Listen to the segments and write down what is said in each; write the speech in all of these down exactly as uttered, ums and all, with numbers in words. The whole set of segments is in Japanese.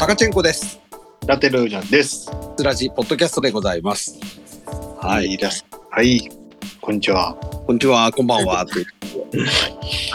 カチェンコです。 ラテルージャンです。 スラジポッドキャストでございます。 はい、です。はい、こんにちは。 こんにちは、こんばんは。はい。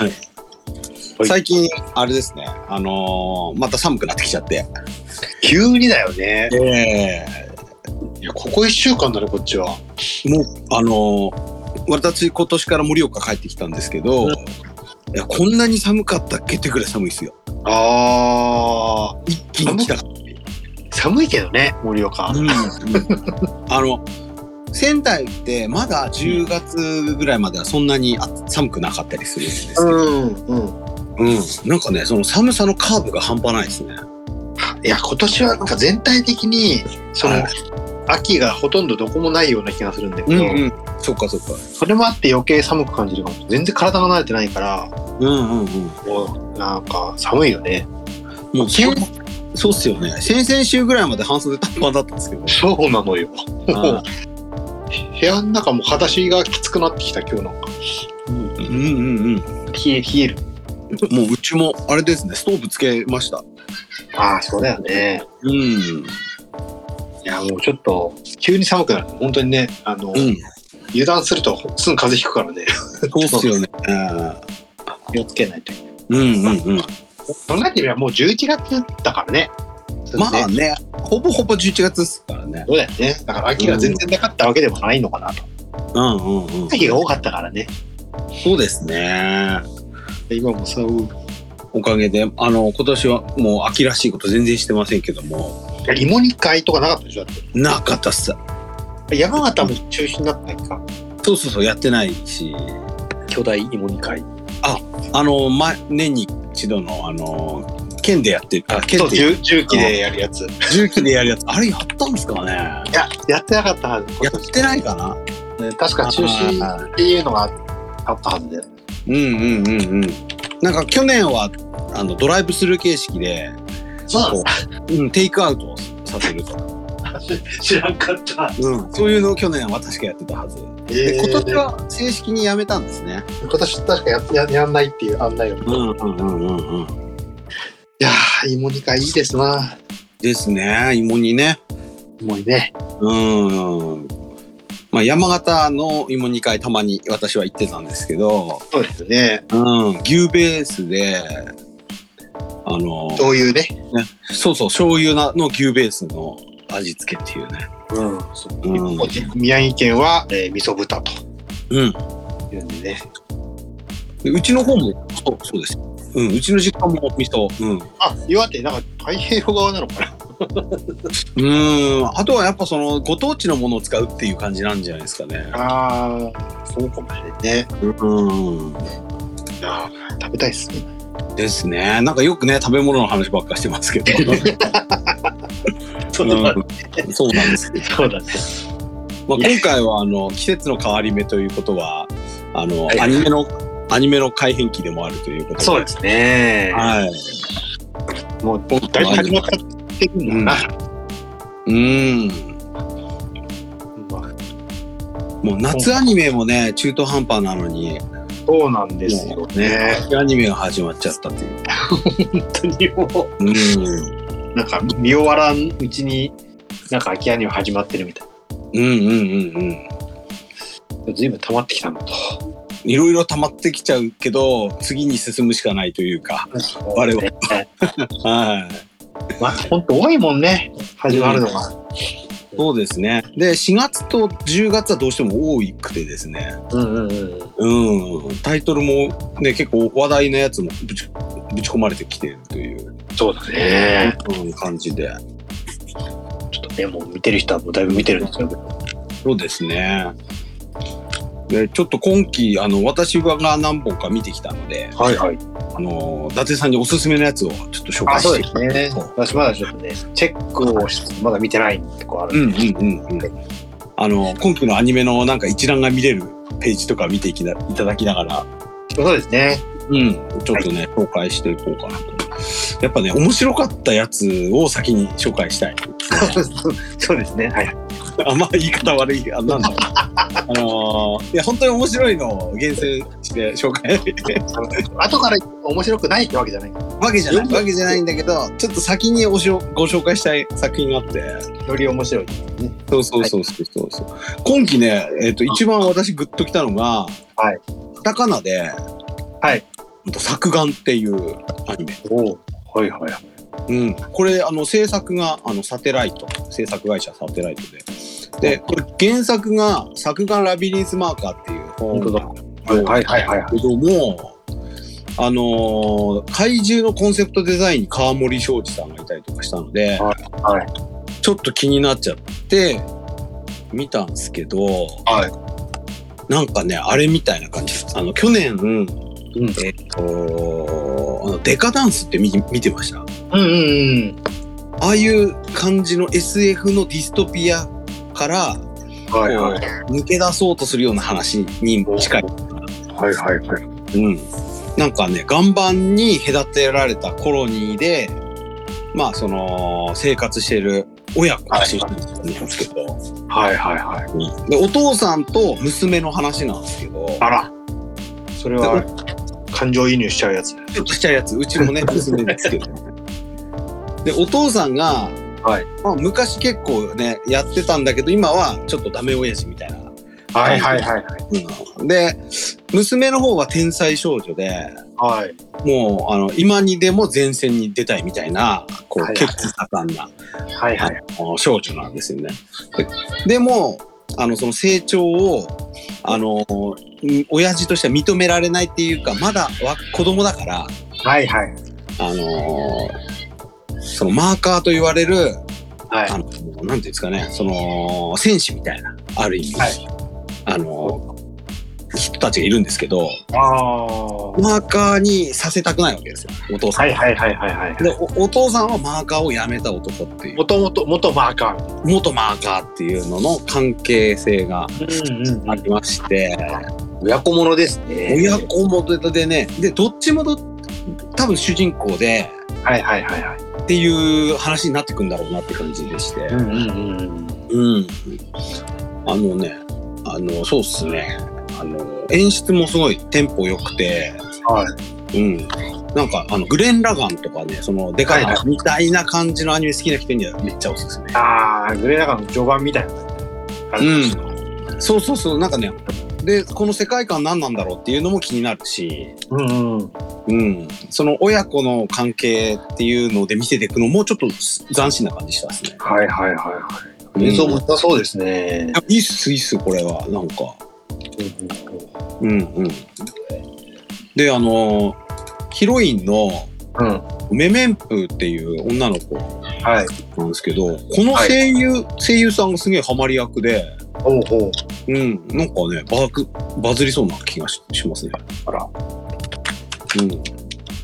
最近あれですね、あのー、また寒くなってきちゃって。 急にだよね。 えー、いやここいっしゅうかんだねこっちは。 もうあのー、私今年から盛岡帰ってきたんですけど、うん、いやこんなに寒かったっけってくらい寒いですよ。 ああ、 一気に来た。 寒いけどね盛岡。うんうん、 あの仙台ってまだじゅうがつぐらいまではそんなに寒くなかったりするんですけど、うんうんうん、なんかねその寒さのカーブが半端ないですね。 いや今年はなんか全体的にその、はい、秋がほとんどどこもないような気がするんだけど、うんうん、 そっかそっか。 それもあって余計寒く感じるかも。全然体が慣れてないから、うんうんうん、もうなんか寒いよね。 もうそうっすよね。先々週ぐらいまで半袖短パンだったんですけど。 そうなのよ。部屋の中も裸足がきつくなってきた今日なんか。うんうんうん。冷え冷える。 もううちもあれですね、ストーブつけました。 ああそうだよね。うん。いやもうちょっと急に寒くなる。本当にね、あの、うん、油断するとすぐ風邪ひくからね。 そうっすよね。 気をつけないと。 うんうんうん。 考えてみればもうじゅういちがつだからね。 まあね、ほぼほぼじゅういちがつですからね。 そうだよね。だから秋が全然なかったわけでもないのかなと。うんうんうん。秋が多かったからね。 そうですね。 今もそう。 おかげで、あの、今年はもう秋らしいこと全然してませんけども。 芋煮会とかなかったでしょだって。 なかったっす。 山形も中止になったんか。 そうそうそう、やってないし。 巨大芋煮会。 あ、あの、ま、年に一度の、あの、県でやってる。 あ、県で重機でやるやつ。 重機でやるやつ。あれやったんですかね。 いや、やってなかったはず。 やってないかな。 ね、確か中止っていうのがあったはずで。 うんうんうんうん。なんか去年はあのドライブスルー形式で、 そううん、テイクアウトをさせると。 知らんかった。 うん、そういうのを去年は確かやってたはず。えー、で今年は正式にやめたんですね。 今年確か や, や, やんないっていう案内を。 うんうんうんうんうん。 いやー、芋煮会いいですな。 ですね、芋煮ね。 芋煮ね。 うん。まあ山形の芋煮会たまに私は行ってたんですけど。 そうですね。 うん、牛ベースで、あの醤油 ね, ね。そうそう、醤油の牛ベースの味付けっていうね。 うん。そう、うん、宮城県は、えー、味噌豚と。 うん。 いうんでね。 でうちの方もそうそうです。うん、うちの実家も味噌。うん。 あ、岩手なんか太平洋側なのかな。 うん。あとはやっぱそのご当地のものを使うっていう感じなんじゃないですかね。 ああ、そうかもしれないね。うん。いや食べたいっすね。 ですね。なんかよくね食べ物の話ばっかしてますけど。 そうなんです。 そうなんです。 そうだね。 まあ今回はあの季節の変わり目ということはあの、はい、アニメのアニメの改変期でもあるということで。 そうですね。はい。もうだいぶ始まってるんだな。うん。うんもう夏アニメもね中途半端なのに。 そうなんですよね。 秋アニメが始まっちゃったという。 本当にもう。うん。なんか見終わらんうちになんか秋アニメ始まってるみたい。 うんうんうんうん。 ずいぶん溜まってきたのと。 いろいろ溜まってきちゃうけど次に進むしかないというか、我々は。はい。 まあ本当多いもんね始まるのが。 そうですね。でしがつとじゅうがつはどうしても多くてですね。うんうんうん。うん。タイトルもね結構話題のやつもぶちぶち込まれてきているという。 そうだね。 うん、感じで。 ちょっとねもう見てる人はもうだいぶ見てるんですよ。 そうですね。でちょっと今期あの私が何本か見てきたので、はいはい、あの伊達さんにおすすめのやつをちょっと紹介して。 そうですね。私まだちょっとねチェックをしまだ見てないとこあるんで。うんうんうんうん。 あの今期のアニメのなんか一覧が見れるページとか見ていきないただきながら。 そうですね。 うん、ちょっとね、はい、紹介していこうかなと。やっぱね面白かったやつを先に紹介したい。 そうですね。はい。 あんま言い方悪いあなんだろう。あのー、いや本当に面白いのを厳選しして紹介後から面白くないってわけじゃないわけじゃないわけじゃないんだけど、ちょっと先におしょご紹介したい作品があって、 より面白い、ね、 そうそうそうそうそうそう、はい、今期ね、えーと、一番私グッときたのが、はい、カタカナで、はい、作眼っていうアニメ。 おはいはいはい。 うん、これあの制作があのサテライト制作会社サテライトで、でこれ原作が作眼ラビリンスマーカーっていう本がはいはいはいはいけども、あのー、怪獣のコンセプトデザインに川森昌司さんがいたりとかしたので、はいはい、ちょっと気になっちゃって見たんですけど、はい、なんかねあれみたいな感じ。あの去年、うん、えっとあのデカダンスって 見, 見てました？うんうんうん、ああいう感じの エスエフ のディストピアから、はいはい、抜け出そうとするような話に近い。 はいはいはい。 うん。なんかね、岩盤に隔てられたコロニーで、まあその生活してる親子が主人公なんですけど、 はいはいはい、 うん。でお父さんと娘の話なんですけど、 あら、それは感情移入しちゃうやつ。 ちょっとしちゃうやつ、うちもね娘ですけど。でお父さんが、はいまあ、昔結構ねやってたんだけど今はちょっとダメ親父みたいな。 はいはいはい、はい、 うん、で娘の方は天才少女で、はい、もうあの今にでも前線に出たいみたいなこう、はいはい、結構盛んな、はいはい、あの少女なんですよね。で, でもあのその成長をあの親父としては認められないっていうかまだ子供だから、はいはい、あのそのマーカーと言われる、はい、あのなんていうんですかね、その戦士みたいなある意味、はい、あの人たちがいるんですけど、あマーカーにさせたくないわけですよお父さんは。はいはいはいはい、はい、で お, お父さんはマーカーをやめた男っていう、 元々元マーカー元マーカーっていうのの関係性がありまして、 うんうん、親子ものですね。 親子ものでね、でどっちもど多分主人公で、はいはいはいはいっていう話になってくんだろうなって感じでして、うんうんうんうん、あのね、あのそうっすね、あの演出もすごいテンポ良くて、はい、うん、なんかあのグレン・ラガンとかね、そのでかいみたいな感じのアニメ好きな人にはめっちゃおすすめ。 ああ、グレン・ラガンの序盤みたいな感じ。 うん、そうそうそう、なんかね。でこの世界観何なんだろうっていうのも気になるし、うんうんうん、その親子の関係っていうので見せていくのもちょっと斬新な感じしたですね。 はいはいはいはい。映像も良さそうですね。 いいっすいいっすこれはなんか。うんうん。であのヒロインの、うん、メメンプーっていう女の子なんですけど、はい、この声優、はい、声優さんがすげえハマり役で。おうおう、うん、なんかねバズ、バズりそうな気が し, しますね。あら、うん、も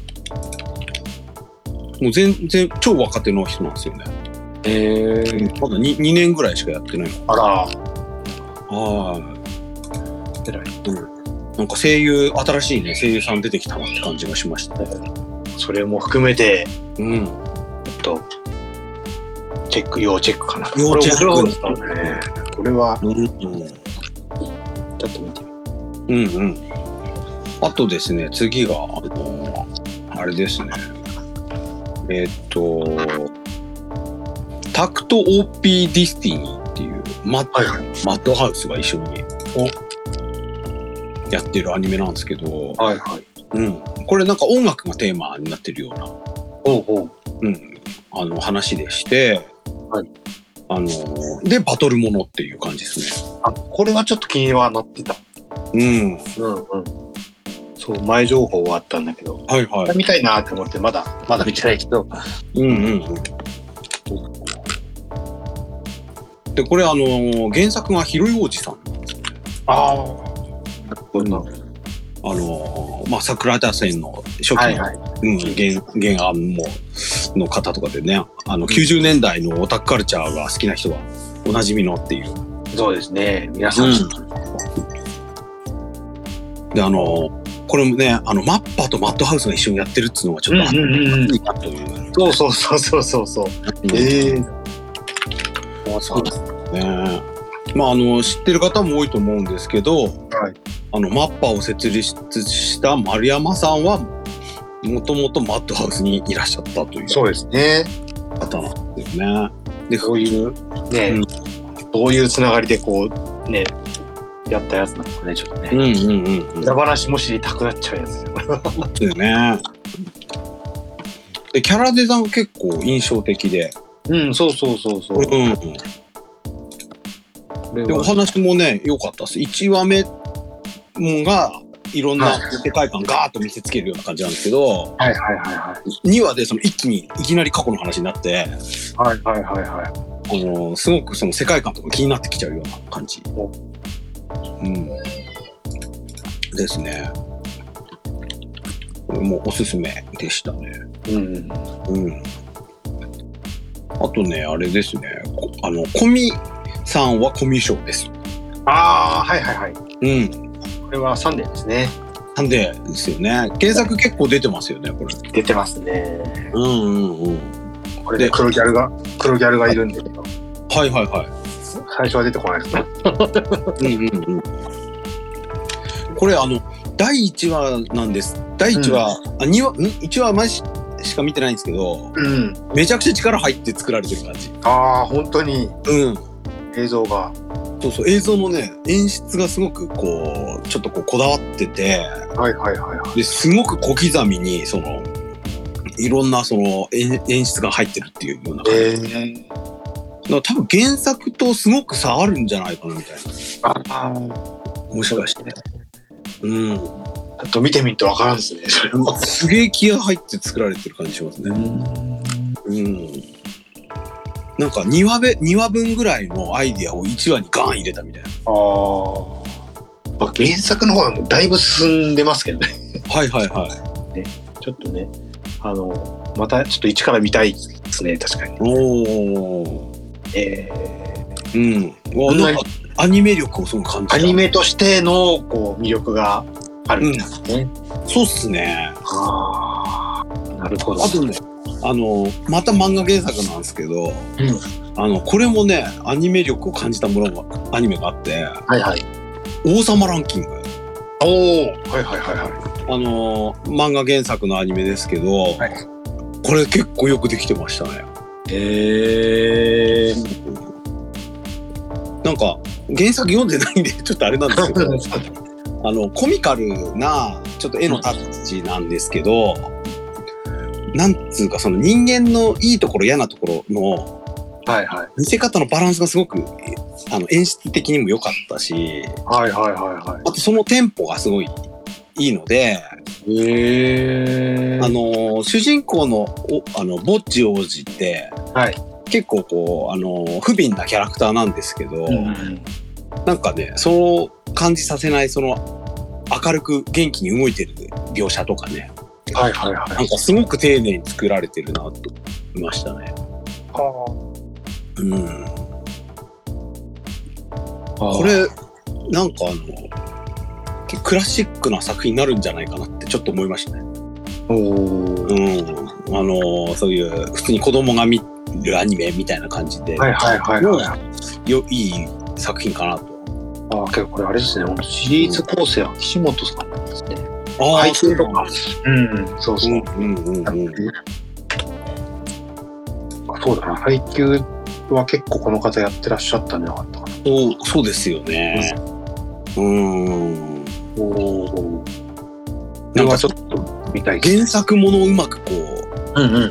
う全然超若手の人なんですよね。へえ、まだ 2, にねんぐらいしかやってないの。あら、はい、偉い、うん、なんか声優新しいね声優さん出てきたなって感じがしましたね。 それも含めて、うん、えっとチェック要チェックかな。 要チェックですね。これは、うんうん、ちょっと見てみる。 うんうん。あとですね、次が、あのー、あれですね。えー、っと、タクト オーピー ディスティニーっていうマッ、はいはい、マッドハウスが一緒にやってるアニメなんですけど、はいはい。うん。これなんか音楽がテーマになってるような、おうおう、うん、あの話でして、はい。あのー、でバトルものっていう感じですね。 あ、これはちょっと気にはなってた。うん。うんうん。そう前情報はあったんだけど、はいはい。見たいなって思ってまだまだ見てないけど。うんうんうん。 でこれあのー、原作が広井王子さんなんですよね。ああ。こんな。あのー、まあ桜田線の初期の、はいはい、うん、原原案もの方とかでね、あのきゅうじゅうねんだいのオタクカルチャーが好きな人はおなじみのっていう。 そうですね、皆さん、うん、 であのこれもね、あのマッパとマッドハウスが一緒にやってるっていうのがちょっと熱いなという、 うん、そうそうそうそうそうそう、うん、ええー、 そうですね。まああの知ってる方も多いと思うんですけど、はい、 あのマッパを設立した丸山さんはもともとマッドハウスにいらっしゃったという。 そうですね。 方なんですね。 で、そういうね、うん、どういうつながりでこうねやったやつなんですかね、ちょっとね。うんうんうん、うん。裏話も知りたくなっちゃうやつですよね。でキャラデザも結構印象的で。 うん、そうそうそうそう。うん。 でお話もね良かったです。いちわめがいろんな世界観ガーッと見せつけるような感じなんですけど、 はいはいはいはい。 にわでその一気にいきなり過去の話になって、 はいはいはいはい。 あのすごくその世界観とか気になってきちゃうような感じ。うん。ですね。これもおすすめでしたね。うん。うん。あとねあれですね。あのコミさんはコミュ障です。 ああはいはいはい。 うん。 これはサンデーですね。 サンデーですよね。原作結構出てますよね、これ。 出てますね。 うんうんうん。 これで黒ギャルが黒ギャルがいるんでけど。 はいはいはい。 最初は出てこないですね。うんうんうん。 これあのだいいちわなんです。だいいちわ、うん、あにわんいちわ前しか見てないんですけど、うん、めちゃくちゃ力入って作られてる感じ。 ああ本当に。 うん。 映像が。 そうそう映像のね演出がすごくこうちょっとこうこだわってて、 はいはいはいはい。 ですごく小刻みにそのいろんなその演, 演出が入ってるっていうような感じ。えー、だから多分原作とすごく差あるんじゃないかなみたいな。ああもしかして。うん。 あと見てみるとわからんですね。それもすげえ気合入って作られてる感じしますね。うん。うんなんかにわべにわぶんぐらいのアイディアをいちわにガーン入れたみたいな。ああ。原作の方はもうだいぶ進んでますけどね。 はいはいはい。 ね、ちょっとね、あのまたちょっと一から見たいですね確かに。おお。ええー、うん。なんかアニメ力をすごく感じた。 アニメとしてのこう魅力があるんですね。 うん、そうっすね。 ああ。なるほど。 あとね。あのまた漫画原作なんですけど、うん、あのこれもねアニメ力を感じたものがアニメがあって、 はいはい、 王様ランキング。おお、 はいはいはいはい。 あの漫画原作のアニメですけど、はい、これ結構よくできてましたね。へえ。なんか原作読んでないんでちょっとあれなんですけど、あのコミカルなちょっと絵のタッチなんですけど。なんつうかその人間のいいところ嫌なところの見せ方のバランスがすごくあの演出的にも良かったし、 はいはいはいはい、 あとそのテンポがすごいいいので、へあの主人公のおあのボッジ王子って、はい、結構こうあの不憫なキャラクターなんですけど、うん、なんかねそう感じさせないその明るく元気に動いてる描写とかね。 はいはいはい。 なんかすごく丁寧に作られてるなと思いましたね。はあ。うん。これなんかあのクラシックな作品になるんじゃないかなってちょっと思いましたね。おお。うん。あのそういう普通に子供が見るアニメみたいな感じで、 はいはいはいはい。 よいい作品かなと。 ああ、けどこれあれですね。シリーズ構成は岸本さんなんですね。配信とか、うん、そうそう、うんうんうん、そうだな、配給は結構この方やってらっしゃったんじゃなかったかな。 そう、そうですよね。うん。おお。なんかちょっと見たい。原作ものをうまくこう、うんうん、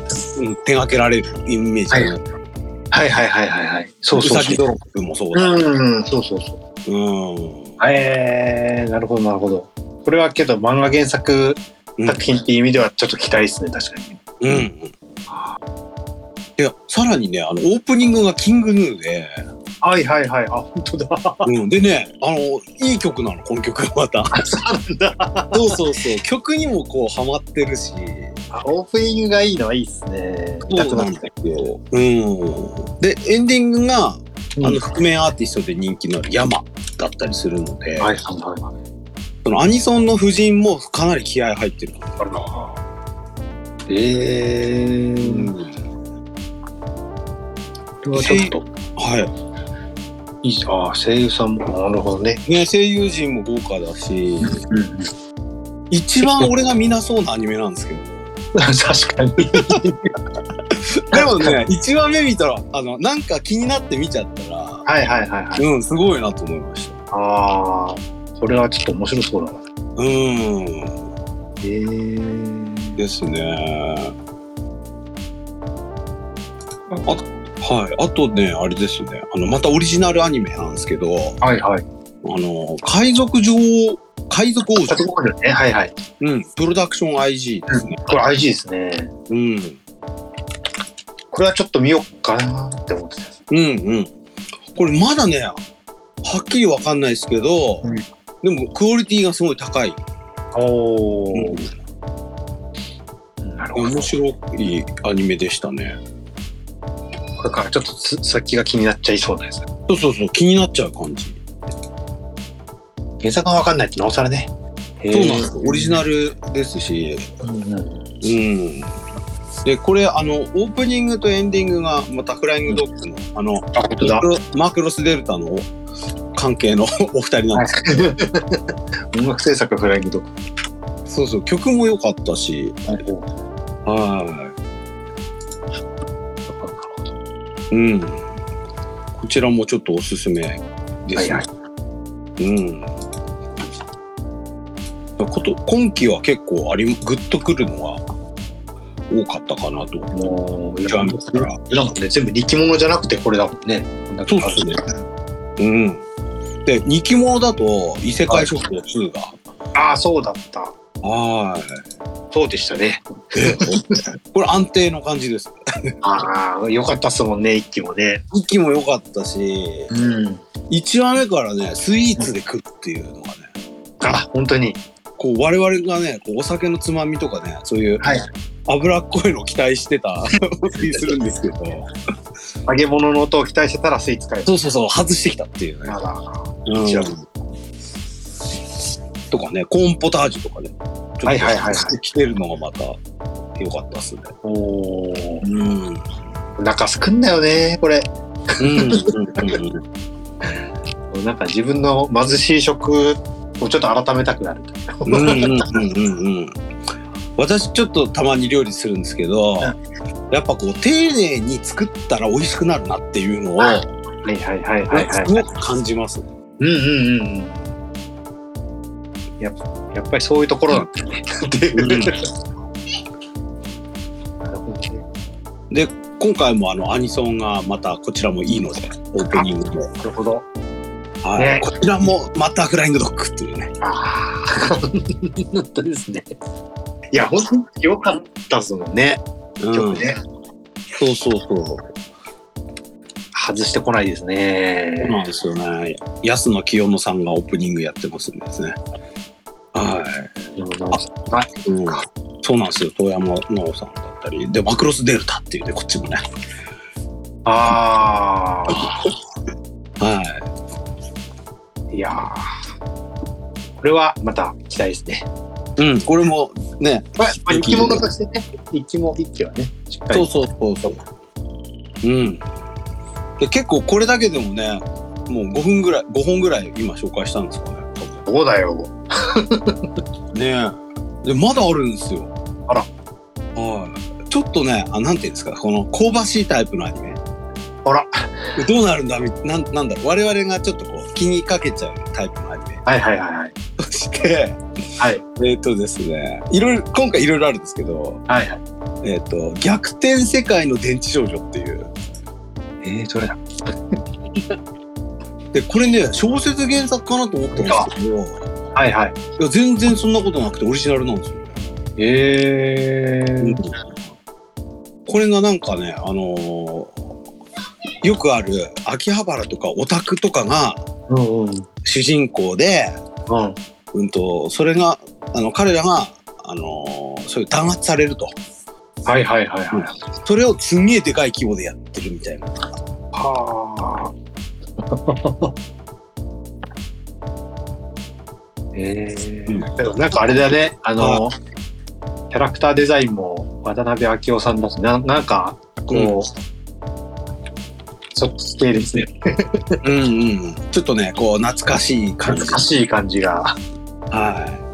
手掛けられるイメージ、 はい、はいはいはいはいはい。そうそうそう。うさぎドロップもそうだ。うん、そうそうそう。うん。えー、なるほどなるほど。これはけど漫画原作作品っていう意味ではちょっと期待ですね、確かに。うん。いや、さらにね、あのオープニングがキングヌーで。 はいはいはい、あ、本当だ。 うん、でね、あのいい曲なの、この曲がまた。 そうなんだ。 そうそうそう、曲にもこうハマってるし。 あ、オープニングがいいのはいいっすね。 そうなんだけど。うん。で、エンディングが、うん、あの覆面アーティストで人気のある山だったりするので。はいはいはい。そのアニソンの夫人もかなり気合入ってるからな。えー。うん、これはちょっと。はい。 いいじゃん。ああ、声優さんも、なるほどね。 ね、声優陣も豪華だし、うんうん、一番俺が見なそうなアニメなんですけど。 確かに。 でもね、一話目見たら、あの、なんか気になって見ちゃったら、 はいはいはいはい。 うん、すごいなと思いました。 ああ、これはちょっと面白そうだな。 うん。へえー。 ですね。あ、はい。あとね、あれですね。あの、またオリジナルアニメなんですけど、 はいはい。 あの、海賊女王、海賊王女。 海賊王女ね。はいはい。 うん。プロダクション アイジー ですね。 うん、これ アイジー ですね。 うん。 これはちょっと見ようかなって思ってた。 うんうん。これまだね、はっきりわかんないですけど、うん、でもクオリティがすごい高い。 おー。 うん、なるほど。面白いアニメでしたね。 これからちょっと先が気になっちゃいそうです。 そうそうそう、気になっちゃう感じ。 原作がわかんないってなおさらね。 そうなんです。オリジナルですし。うん、うん。で、これ、あの、オープニングとエンディングが、またフライングドッグの、あの、 あ、本当だ。 マクロスデルタの関係のお二人なんですけど。 音楽制作フライングドッグ。 そうそう、曲も良かったし。はい。うん。こちらもちょっとおすすめですね。はいはい、うん。こと今期は結構ありグッとくるのが多かったかなと思う。 ジャンルから。なんかね、全部人気者じゃなくてこれだもんね。 そうですね。うん。で、人気者だと異世界食堂ツーが。 ああ、そうだった。 はい。 そうでしたね。 これ安定の感じです。 ああ、良かったっすもんね、一期もね。 一期も良かったし、 うん、 いちわめからね、スイーツで食うっていうのがね。 あ、本当に。 こう我々がね、こうお酒のつまみとかね、そういう脂っこいのを期待してた気するんですけど、 揚げ物の音を期待してたらスイーツかよ。 そうそうそう、外してきたっていうね。 あら、 うん、とかね、コーンポタージュとかね、ちょっと来てるのがまた良かったっすね。 おー、 うん、 お腹すくんだよね、これ。 うんうんうんうん、なんか自分の貧しい食をちょっと改めたくなる。 うんうんうんうんうん。私ちょっとたまに料理するんですけど、うん、やっぱこう丁寧に作ったら美味しくなるなっていうのを、はいはいはいはいはい、 すごく感じます。 うんうんうん。やっぱやっぱりそういうところなんだよね。うん、 で今回もあのアニソンがまたこちらもいいのでオープニングも。 なるほど。 はい、ね、こちらもまたフライングドッグっていうね。 ああ、本当ですね。いや本当に良かったですもんね。 うん、曲ね。そうそうそう。 外してこないですね。 そうなんですよね。安野清野さんがオープニングやってますんですね。はい。あ、うん、そうなんですよ。遠山奈緒さんだったり、でマクロスデルタっていうね、こっちもね。 ああ。 はい。 いやー、これはまた期待ですね。 うん、これもね、 まあ、生き物としてね、一期も一期はね、しっかり。 そうそうそうそう。うん。で結構これだけでもね、もうごふんぐらい、ごほんぐらい今紹介したんですかね。 そうだよ。 ねえ。でまだあるんですよ。 あら。 はい。ちょっとね、あ、なんていうんですか、この香ばしいタイプのアニメ。 あら。 どうなるんだみなんなんだろう、我々がちょっとこう気にかけちゃうタイプのアニメ。 はいはいはいはい。 そして、はい、えっとですね、いろいろ今回いろいろあるんですけど、 はいはい。 えっと逆転世界の電池少女っていう。 えー、どれだ。 でこれね小説原作かなと思ったんですけど、 はいはい。 いや全然そんなことなくてオリジナルなんですよね。 えー、うん、 これがなんかね、あのー、よくある秋葉原とかオタクとかが主人公で、 うんうんうんとそれがあの彼らがあのー、そういう弾圧されると。 はいはいはいはい。 それをすんげえでかい規模でやってるみたいな。 はあ。えー、うん、でもなんかあれだね、あのキャラクターデザインも渡辺明夫さんだし、な、なんかこう、うん、 ちょっと好きですね。 うんうん。ちょっとね、こう懐かしい感じ。 懐かしい感じが。 はい。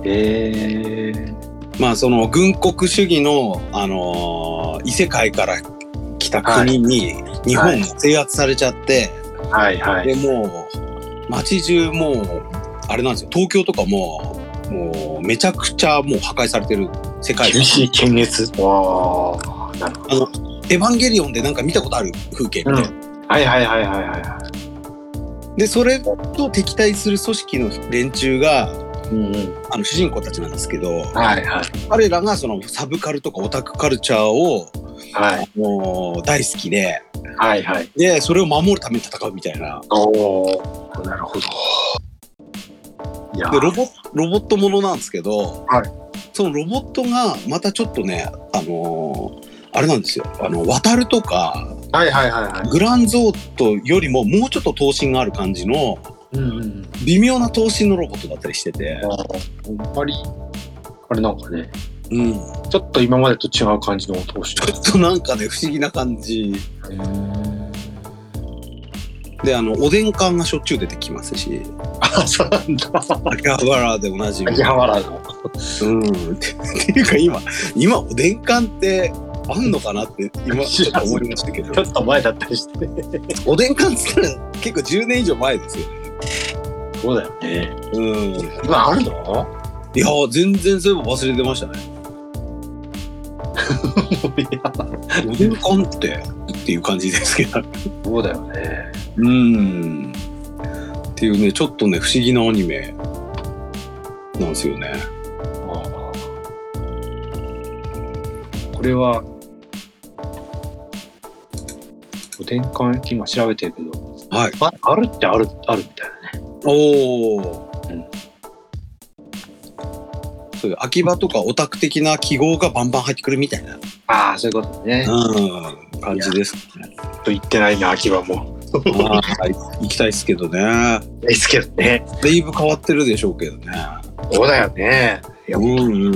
えー、 まあその軍国主義のあのー、異世界から来た国に日本が制圧されちゃって、 はいはい。 でもう街中もうあれなんですよ。東京とかももうめちゃくちゃもう破壊されてる世界。 厳しい検閲。わあ、なるほど。 あのエヴァンゲリオンでなんか見たことある風景みたいな。うん、 はいはいはいはいはい。 でそれと敵対する組織の連中が、うんうん、あの主人公たちなんですけど、 はいはい、 彼らがそのサブカルとかオタクカルチャーを、 はい、 もう大好きで、 はいはい、 でそれを守るために戦うみたいな。 おー、なるほど。 いやでロボロボットものなんですけど、 はい、 そのロボットがまたちょっとね、あのー、あれなんですよ。あの渡るとか、 はいはいはいはい、 グランゾートよりももうちょっと頭身がある感じの、うんうん、微妙な頭身のロボットだったりしてて、 あんまりあれなんかね、 うん、 ちょっと今までと違う感じの頭身。 ちょっとなんかね不思議な感じ。であのおでん缶がしょっちゅう出てきますし。 あ、そうなんだ。 秋葉原でおなじみ。 秋葉原の。 うん。っていうか今今おでん缶ってあんのかなって今ちょっと思いましたけど。 ちょっと前だったりして。 おでん缶って結構じゅうねん以上前ですよね。 そうだよね。 うん。 今あるの？ いや全然そういえば忘れてましたね。おでん缶ってっていう感じですけど。 そうだよね。 うん。っていうねちょっとね不思議なアニメなんですよね。 ああ。これはおでん缶今調べてるけど、 はい。 あ、あるってあるあるみたいなね。 おお。うん。そういう秋葉とかオタク的な記号がバンバン入ってくるみたいな。 ああ、そういうことね。 うん、感じですね。 と言ってないな秋葉も。 あ行きたいですけどね。 ですけどね。 だいぶ変わってるでしょうけどね。 そうだよね。いや、うんうんうん。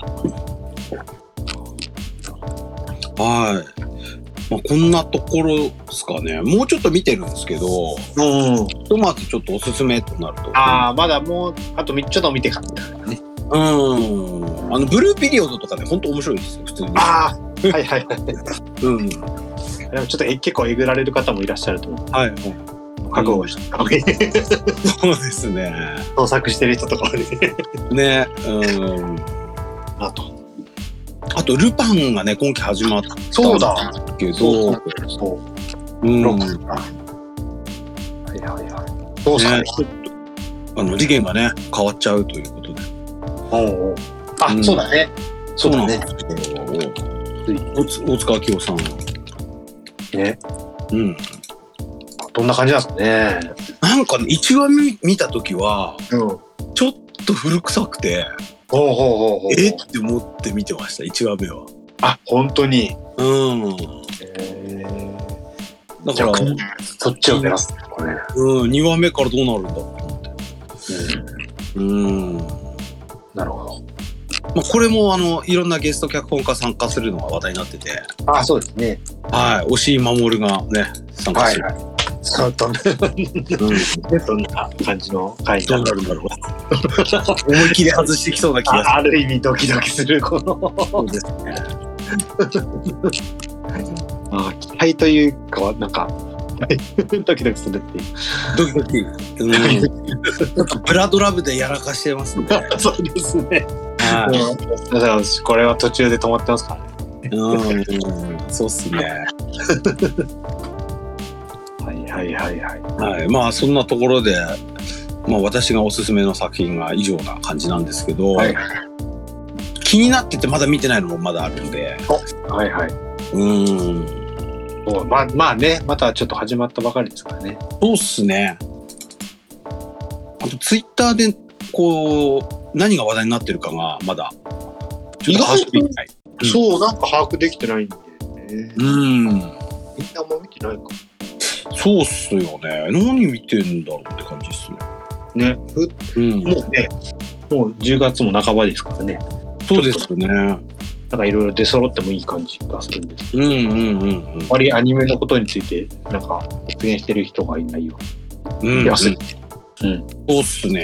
はい。まあこんなところですかね。もうちょっと見てるんですけど、うん。ひとまずちょっとおすすめとなると。 ああ、まだもうあとみちょっと見てからね。 うん。あのブルーピリオドとかね、本当面白いですよ普通に。 ああ、はいはいはい。うん。でもちょっとえ結構えぐられる方もいらっしゃると思う。 はいはい。 覚悟した方がいい。 そうですね。 創作してる人とかはね。 ね、うん。あと、あとルパンがね今期始まったんですけど、そうそう。うん。はいはいはい。そうですね。あの次元がね変わっちゃうということで。 おうおう。あ、うん、そうだね。 そうだね。大塚明夫さん。 ね。うん。どんな感じなんですかね。 なんかね、いちわめ見た時は、うん、ちょっと古臭くて、 ほうほうほうほう、 えって思って見てました、いちわめは。 あ、本当に。 うん。へー。 だから、 そっちを目指すこれ。 うん、にわめからどうなるんだと思って。うん。うん。 なるほど。 まあ、これもあのいろんなゲスト脚本家参加するのが話題になってて、 あ、そうですね。 はい、押井守がね参加する。はいはい、 そうどんな、うん、どんな感じの回になるんだろう。 思い切り外してきそうな気がする。 ある意味ドキドキするこの。 そうですね。 あ、期待というかなんかドキドキするっていう。 ドキドキ。うん、ブラッドラブでやらかしてますね。 そうですね。はい、だからこれは途中で止まってますからね。うん、 そうっすね。 はいはいはいはい。 はい、まあそんなところで、まあ私がおすすめの作品が以上な感じなんですけど、はい、気になっててまだ見てないのもまだあるんで。 はいはい。 うん。 そうまあまあね、またちょっと始まったばかりですからね。 そうっすね。あとツイッターでこう何が話題になってるかがまだちょっと把握できない。うん、そうなんか把握できてないんで、ね。 うん。みんなも見てないか。 そうっすよね。何見てんだろうって感じっすね。ね。うん、もうね、もうじゅうがつも半ばですからね。 そうですよね。 なんかいろいろ出揃ってもいい感じがするんです。 うんうんうんうん。 あまりアニメのことについてなんか発言してる人がいないよ。 うん、うん。うん。そうっすね。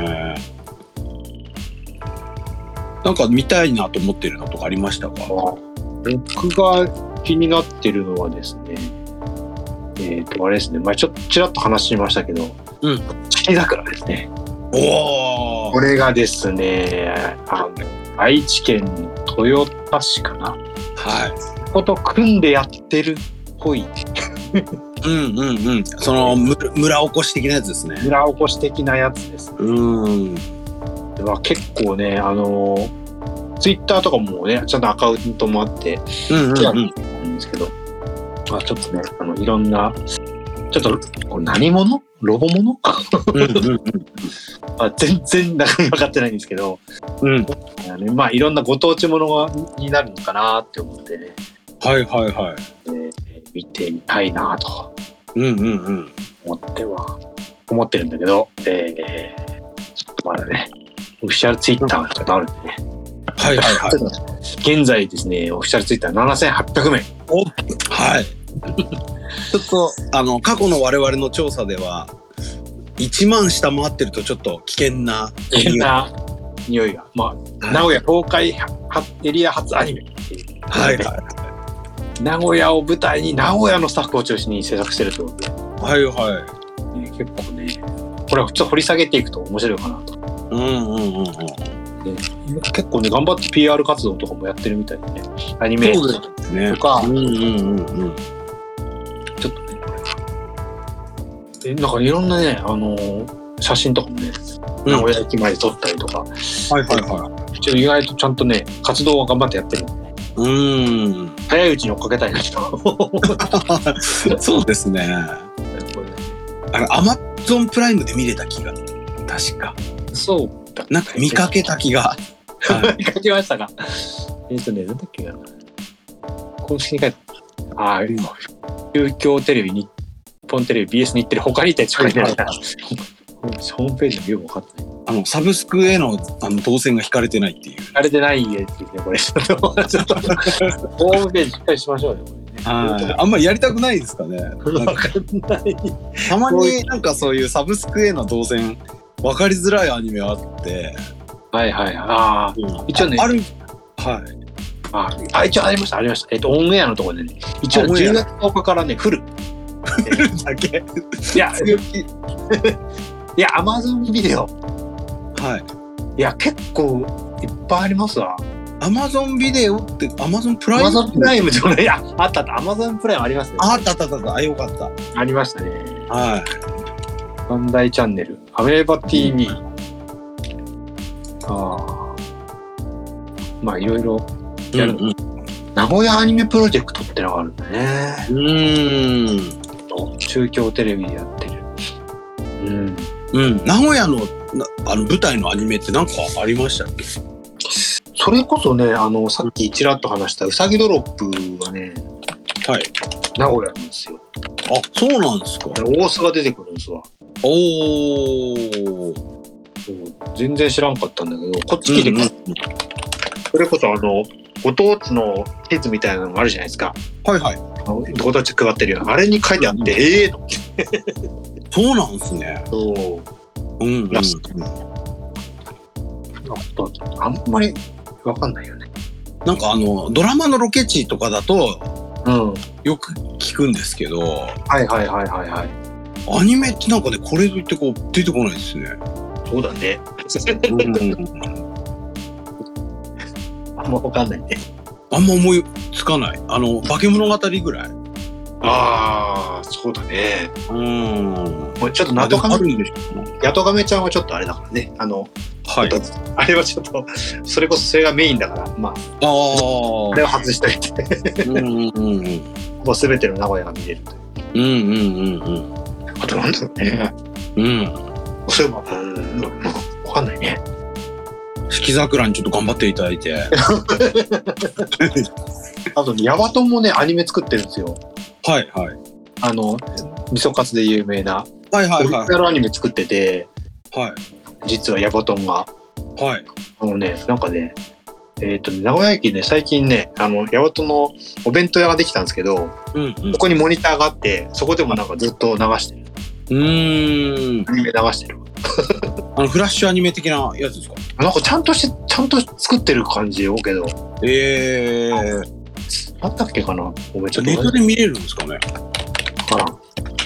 なんか見たいなと思ってるのとかありましたか？ 僕が気になってるのはですね、えっとあれですね、まあちょっとちらっと話しましたけど、 うん、 四季桜ですね。 おお。これがですね、あの愛知県豊田市かな。 はい。 ここと組んでやってるっぽい。 うんうんうん。その村おこし的なやつですね。 村おこし的なやつですね。 うん。 では結構ね、あのツイッターとかもね、ちゃんとアカウントもあって、 うんうんうん、 なんですけど、まあちょっとね、あのいろんなちょっとこれ何者？ロボ者？うんうんうん、まあ全然中身分かってないんですけど、 うん、 まあいろんなご当地ものになるのかなって思ってね。 はいはいはい。 えー、見てみたいなと、 うんうんうん、 思っては思ってるんだけど、えー、ちょっとまだね、オフィシャルツイッターがちょっとあるんでね。 はいはいはい。 現在ですね、オフィシャルツイッターななせんはっぴゃくめい。 お、はい。ちょっとあの過去の我々の調査ではいちまん下回ってるとちょっと危険な危険な匂いが、まあ、はい、名古屋東海エリア初アニメっていう、 はいはい、 名古屋を舞台に名古屋のスタッフを中心に制作してるということで、 はいはい、 ね、結構ねこれはちょっと掘り下げていくと面白いかなと。 うんうんうんうん、ね、 結構ね頑張って ピーアール 活動とかもやってるみたいでね、アニメとか、 うんうんうんうん、 ちょっとねえなんかいろんなね、あのー、写真とかもね、うん、名古屋駅前で撮ったりとか、 はいはいはい、 一応意外とちゃんとね活動は頑張ってやってるんで、ね、 うーん早いうちに追っかけたいなと。 そうですね。あのアマゾンプライムで見れた気が確かそうだなんか見かけた気が見かけましたか。えっとねなんだっけな、公式に書いてああ今中京テレビ日本テレビ ビーエス 日テレ他にって書いてあるホームページでよく分かってない。 あのサブスクへのあの当選が引かれてないっていう。引かれてないやつですねこれ。ちょっとホームページしっかりしましょうよ。 はい、あんまりやりたくないですかね。なんか分かんない。 たまになんかそういうサブスクへの当選分かりづらいアニメあって。 はいはいはい。ああ、うん、一応ね。 ある。はい。 ああ一応ありましたありました。えっとオンエアのところでね。一応じゅうがつとおかからねフル。 フルだけ。 いや強気。いや Amazon ビデオ。 はい。 いや結構いっぱいありますわ。 Amazon ビデオって Amazon プライム Amazon プライムじゃない。いやあったあった Amazon プライムありますね。 あったあったあったあよかった。 ありましたね。 はい。 バンダイチャンネル、アメーバ ティーブイ、うん、ああ、まあいろいろやる、うんうん。名古屋アニメプロジェクトってのがあるんだね。 うーん。 中京テレビでやってる。うん。 うん。名古屋のあの舞台のアニメって何かありましたっけ？ それこそね、あのさっきちらっと話したうさぎドロップがね、 はい、 名古屋なんですよ。 あ、そうなんですか。 大須が出てくるんですわ。 おお。 全然知らんかったんだけど、こっち来てくる、うんうん、それこそあのご当地の地図みたいなのがあるじゃないですか。 はいはい。 ご当地配ってるよ。あれに書いてあって、うん、ええー、と。 そうなんですね。 そう。うん、うん。ラスト。あんまりわかんないよね。 なんかあのドラマのロケ地とかだと、うん、よく聞くんですけど。 はいはいはいはいはい。 アニメってなんかねこれといってこう出てこないですね。 そうだね。うん、あんまわかんないね。 あんま思いつかない。あの化け物語ぐらい。 ああそうだね。 うん。 もうちょっとナトカメヤトガメちゃんはちょっとあれだからね。あの、はい、あれはちょっとそれこそそれがメインだからまあ。ああ。あれを外しといて。うんうんうん。もうすべての名古屋が見れるという。うんうんうんうん。あとなんだろうね。うん。そういえば、うん、わかんないね。 四季桜にちょっと頑張っていただいて。 あとヤバトンもねアニメ作ってるんですよ。 はいはい。 あのみそかつで有名な。 はいはいはい。オリジナルアニメ作ってて。 はい。 実はヤバトンが。 はい。 あのねなんかねえっ、ー、と、名古屋駅ね、最近ね、あの、八幡のお弁当屋ができたんですけど、うんうん、そこにモニターがあって、そこでもなんかずっと流してる。 うーん。 アニメ流してる。 あの、フラッシュアニメ的なやつですか？ なんかちゃんとして、ちゃんと作ってる感じよけど。 えー。 あったっけかな？ごめん、ちょっと。 ネットで見れるんですかね？ かな。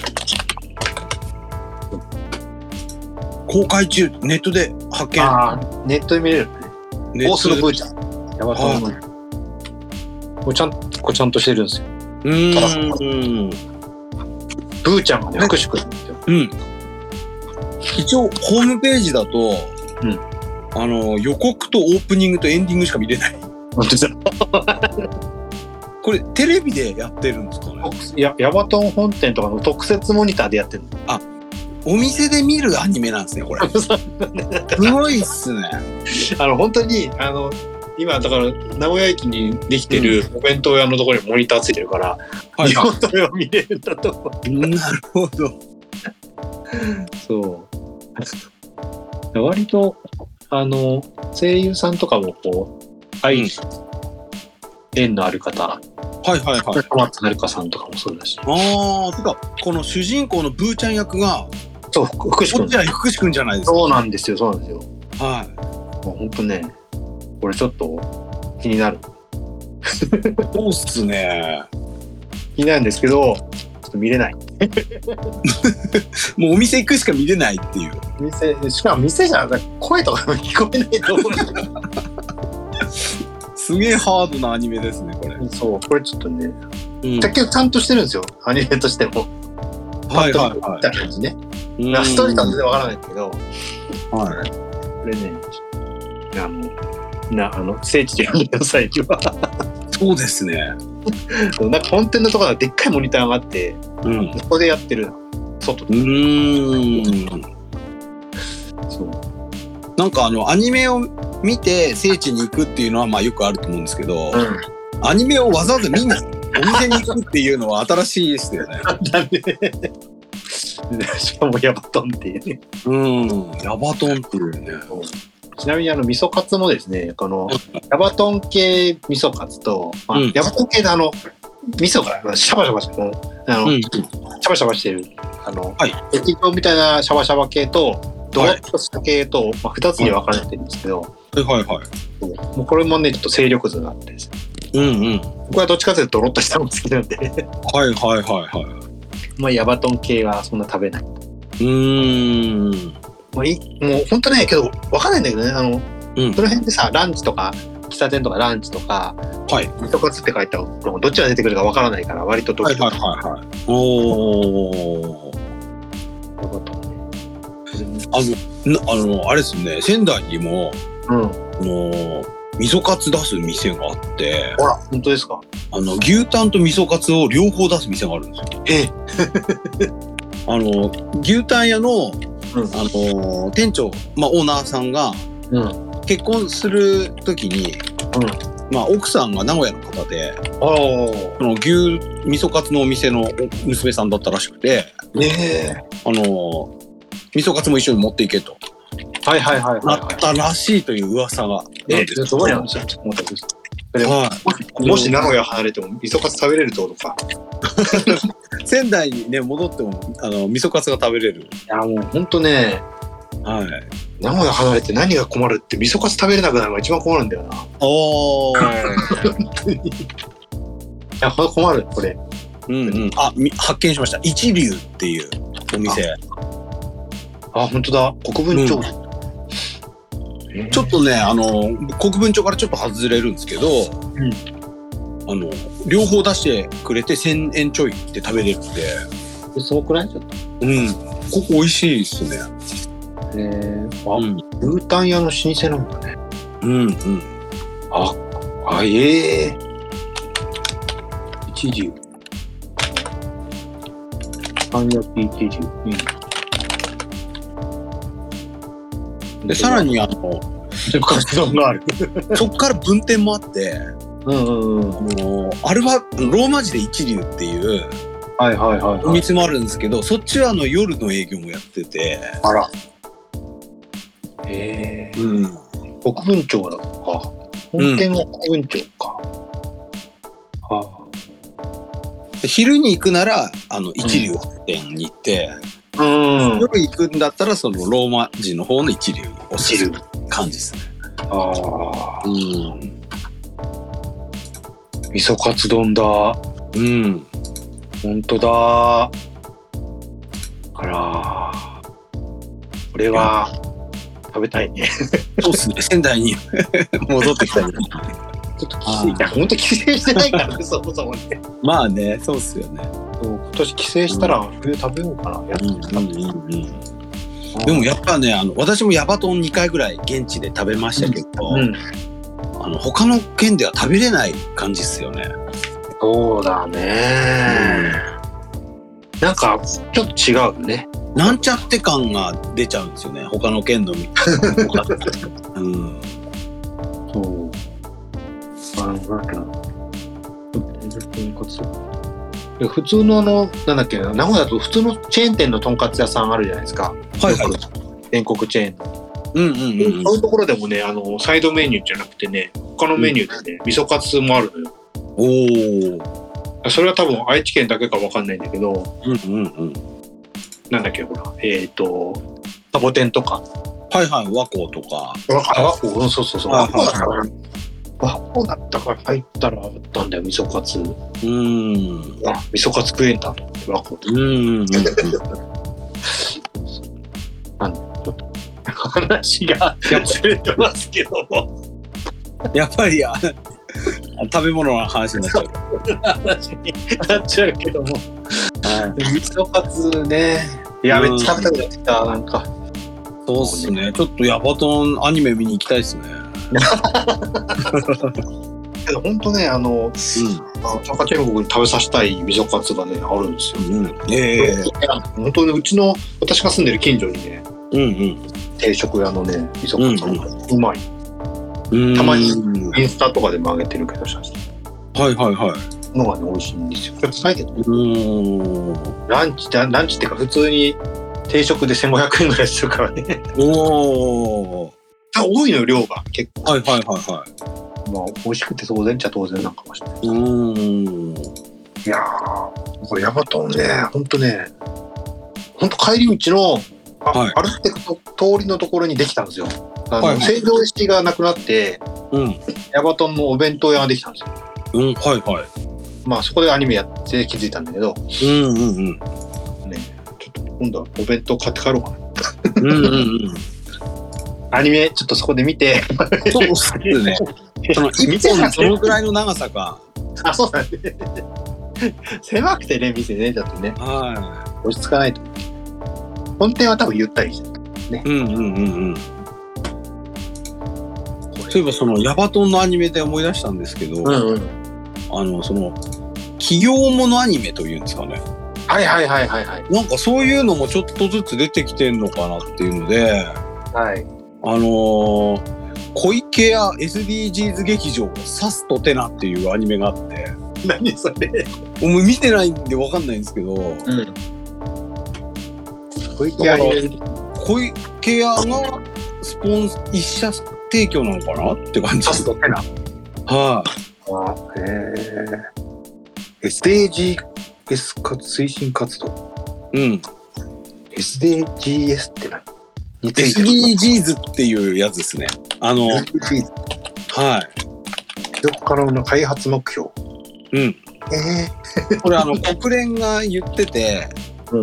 公開中、ネットで発見。 ああ、ネットで見れるね。大須のブーちゃん。やばそう。これちゃん、これちゃんとしてるんですよ。 うーん。 ブーちゃんがね、福祉くんですよ。 うん。一応、ホームページだと、 うん。 あの、予告とオープニングとエンディングしか見れない。 本当だ。 これ、テレビでやってるんですかね？ いや、ヤバトン本店とかの特設モニターでやってるの。 あ、お店で見るアニメなんですね、これ。すごいっすね。 あの、本当に、あの、今、だから、名古屋駅にできてるお弁当屋のところにモニターついてるから、うん、日本それを見れるんだと思う。 なるほど。 そう。割と、あの、声優さんとかも、こう、愛、うん、縁のある方、 はいはいはい。 小松遥さんとかもそうだし。 ああ、てか、この主人公のブーちゃん役が、 そう、福士くん。 福士くんじゃないですか。 そうなんですよ、そうなんですよ。 はい。 もうほんとね、これちょっと気になる。 そうっすね。 気になるんですけど、ちょっと見れない。 もうお店行くしか見れないっていう。 店、しかも店じゃなくて声とかも聞こえないと思う。 すげえハードなアニメですね、これ。 そう、これちょっとね、うん、結局ちゃんとしてるんですよ、アニメとしても。 はいはいはい。 みたいな感じね。ストーリーとは全然わからないけど、 はい。 これね、あの、な、あの、聖地で読んでください、は。 そうですね。 なんか本店のところがでっかいモニターがあって、 うん、 そこでやってる外で。 うーん。そう。なんかあの、アニメを見て聖地に行くっていうのはまあよくあると思うんですけど、うん、アニメをわざわざ見にお店に行くっていうのは新しいですよね。 だね。しかもヤバトンっていうね。 うん、ヤバトンっていうね。 ちなみにあの味噌カツもですね、このヤバトン系味噌カツと、まあうん、ヤバトン系のあの味噌がシャバシャバしてる、あの、うん、シャバシャバしてるあの、はい、液状みたいなシャバシャバ系とドロッとした系と、はい、まあ、ふたつに分かれてるんですけど、 はいはいはい。 もうこれもねちょっと勢力図があってですね。 うんうん。 僕はどっちかというとドロッとしたのが好きなんで。 はいはいはいはい。 まあヤバトン系はそんな食べない。 うーん。 もういもう本当ねけど分かんないんだけどね、あの、うん、その辺でさランチとか喫茶店とかランチとか、 はい、 味噌カツって書いたらどっちが出てくるか分からないから割とドキドキ。 はいはいはいはい。おお。あのあのあれですね、仙台にも、うん、あの味噌カツ出す店があって。 ほら本当ですか。 あの牛タンと味噌カツを両方出す店があるんですよ。 えあの牛タン屋のうん、あの店長、まあ、オーナーさんが、うん、結婚する時に、うんまあ、奥さんが名古屋の方でその牛味噌カツのお店の娘さんだったらしくて、 ね、 あの味噌カツも一緒に持っていけと、 はいはいはいはい、 なったらしいという噂が。 えー、どうやんですか。はい、もし名古屋離れても味噌カツ食べれるってことか。 仙台にね戻ってもあの味噌カツが食べれる。いやもうほんとね、 はい、 名古屋離れて何が困るって味噌カツ食べれなくなるのが一番困るんだよな。 おーいや困るこれ。 うんうん。あ発見しました。一流っていうお店。 あ本当だ国分町、うんちょっとね、あの国分町からちょっと外れるんですけど、うん、あの両方出してくれてせんえんちょいって食べれるんで。 そうくらいちょっと。 うん、ここ美味しいですね。 へえ、あ、うん、ブータン屋の老舗なんだね。 うんうん。 あ、あ、ええー。一流。パン焼き一流。うんでさらにあの活動があるそこから分店もあって、 うんうんうん、 あのあれはローマ字で一流っていうはいはいはい、はい、 お店もあるんですけど、そっちはあの夜の営業もやってて。 あらへえ、 うん、 国分町だか本店は文鳥か。 うん、はあ、昼に行くならあの一流店に行って、うん、夜行くんだったらそのローマ字の方の一流を知る感じですね。ああ、うん。 味噌カツ丼だ。うん。本当だ。あら、これは食べたいね。 そうっすね。仙台に戻ってきたいね。 ちょっと帰省、いや本当帰省してないからね、そもそもね。 まあね、そうっすよね。 今年帰省したら冬食べようかな。うん、やってた、うんうんうん、 でもやっぱね、あの私もヤバトンにかいぐらい現地で食べましたけど、うんうん、あの他の県では食べれない感じっすよね。 そうだね、うん、なんかちょっと違うね。 なんちゃって感が出ちゃうんですよね、他の県のみ。うん、そう。あのなんか普通のあのなんだっけな、名古屋だと普通のチェーン店のとんかつ屋さんあるじゃないですか。はいはい。全国チェーンの。うんうんうん。そういうところでもね、あのサイドメニューじゃなくてね、他のメニューでね、うん、味噌カツもあるのよ。おお。それは多分愛知県だけかわかんないんだけど。うんうんうん。なんだっけ、ほら、えっとサボテンとか。 はいはい、和光とか。 和光、うん、そうそうそう。和光だったから。和光だったから入ったらあったんだよ、味噌カツ。うん。あ、味噌カツ食えんだと思って和光。うん。なんちょっと話がずれてますけども。 やっぱりや食べ物の話になっちゃう。 話になっちゃうけども。はい、味噌カツね。いや、めっちゃ食べたくなってきた、なんか。 そうっすね。ちょっとヤバトンアニメ見に行きたいですね。 けど本当ね、あの、うん、高千穂に食べさせたい味噌カツがねあるんですよ。うん、ええー、本当にうちの私が住んでる近所にね、うんうん、定食屋のね味噌カツがうまい。うん、たまにインスタとかでも上げてるけど写真。はいはいはい。のがね美味しいんですよ。高いけど。うん。ランチランチっていうか普通に定食でせんごひゃくえんぐらいするからね。おお。多いの量が結構。はいはいはいはい。まあ美味しくて当然っちゃ当然なんかもしれない。うん。いやー、これヤバトンね、ほんとね、ほんと帰り道のあ、はい、歩いてくと通りのところにできたんですよ。あの、はい、成城石がなくなって、うん、ヤバトンのお弁当屋ができたんですよ。うん、はいはい。まあそこでアニメやって気づいたんだけど、うんうんうん。ね、ちょっと今度はお弁当買って帰ろうかな。うんうんうん。アニメちょっとそこで見て。 そうですね。その一本どのくらいの長さか。 あ、そうなんで、ね。狭くてね、店ね、だってね。はい。落ち着かないと。本店は多分ゆったりしてるね。うんうんうんうん。 そういえばそのヤバトンのアニメで思い出したんですけど、うんうん、あのその企業ものアニメというんですかね。 はいはいはいはいはい。 なんかそういうのもちょっとずつ出てきてんのかなっていうので、はい。あのー、小池屋 エスディージーズ 劇場サスとテナっていうアニメがあって。 何それ？ もう見てないんでわかんないんですけど。うん。小池屋小池屋がスポン一社提供なのかなって感じ。 サスとテナ。はい、あ。へえ。エスディージーエス 推進活動。うん。エスディージーエス って何？ エスディージーズ っていうやつですね。あの、はい。 持続可能な開発目標。うん。 えー、これあの国連が言ってて、うん、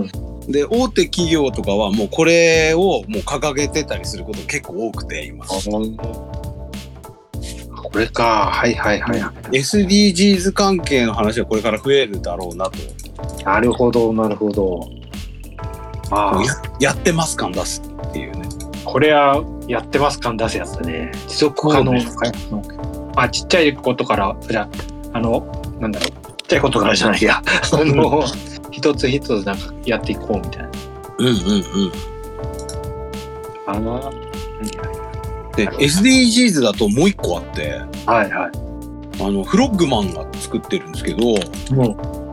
で大手企業とかはもうこれをもう掲げてたりすること結構多くて今。 これか、はいはいはい、はい。 エスディージーズ 関係の話はこれから増えるだろうなと。 なるほどなるほど。 ああ、や, やってます感出すっていうね。 これはやってます感出すやつだね。持続可能開発の。まあちっちゃいことからじゃあのなんだろうちっちゃいことからじゃないやあの一つ一つなんかやっていこうみたいな。うんうんうん。 あので エスディージーズ だともう一個あって、はいはい。あのフロッグマンが作ってるんですけど、うん、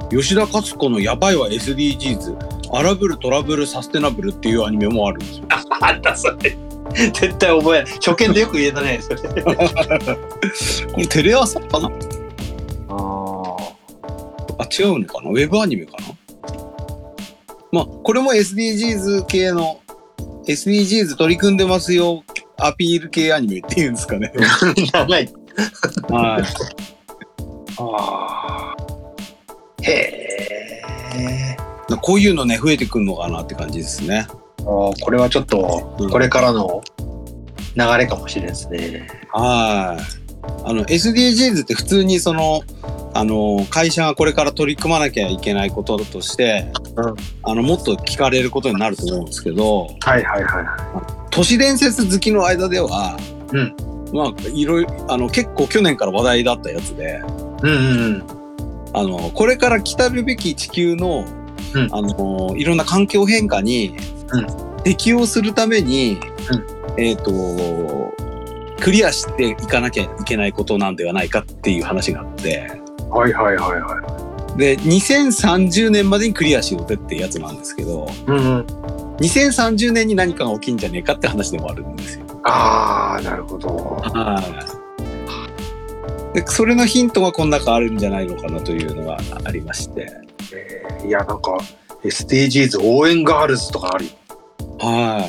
吉田勝子のやばいわ エスディージーズ。荒ぶるトラブルサステナブルっていうアニメもあるんですよ。 あんたそれ絶対覚えない。初見でよく言えたね。それこれテレ朝かな。 ああ、違うのかな、ウェブアニメかな。まあこれも エスディージーズ 系の エスディージーズ 取り組んでますよアピール系アニメっていうんですかね。 長い。 はい。 ああ。へえ。 こういうのね増えてくるのかなって感じですね。 あ、これはちょっとこれからの流れかもしれないですね。 はい。あの エスディージーズ って普通にそのあの会社がこれから取り組まなきゃいけないこととして、うん、あのもっと聞かれることになると思うんですけど、 はいはいはい。 都市伝説好きの間では、 うん、 まあいろいろあの結構去年から話題だったやつで、 うんうんうん、 あのこれから来たるべき地球の、うん、あのいろんな環境変化に、うん、適応するために、うん、えっとクリアしていかなきゃいけないことなんではないかっていう話があって。 はいはいはいはい。 でにせんさんじゅうねんまでにクリアしようぜってやつなんですけど、 うんうん、 にせんさんじゅうねんに何かが起きんじゃねえかって話でもあるんですよ。 ああ、なるほど。 はい。でそれのヒントがこの中あるんじゃないのかなというのがありまして、 えー、いやなんか エスディージーズ 応援ガールズとかあるよ。 はい。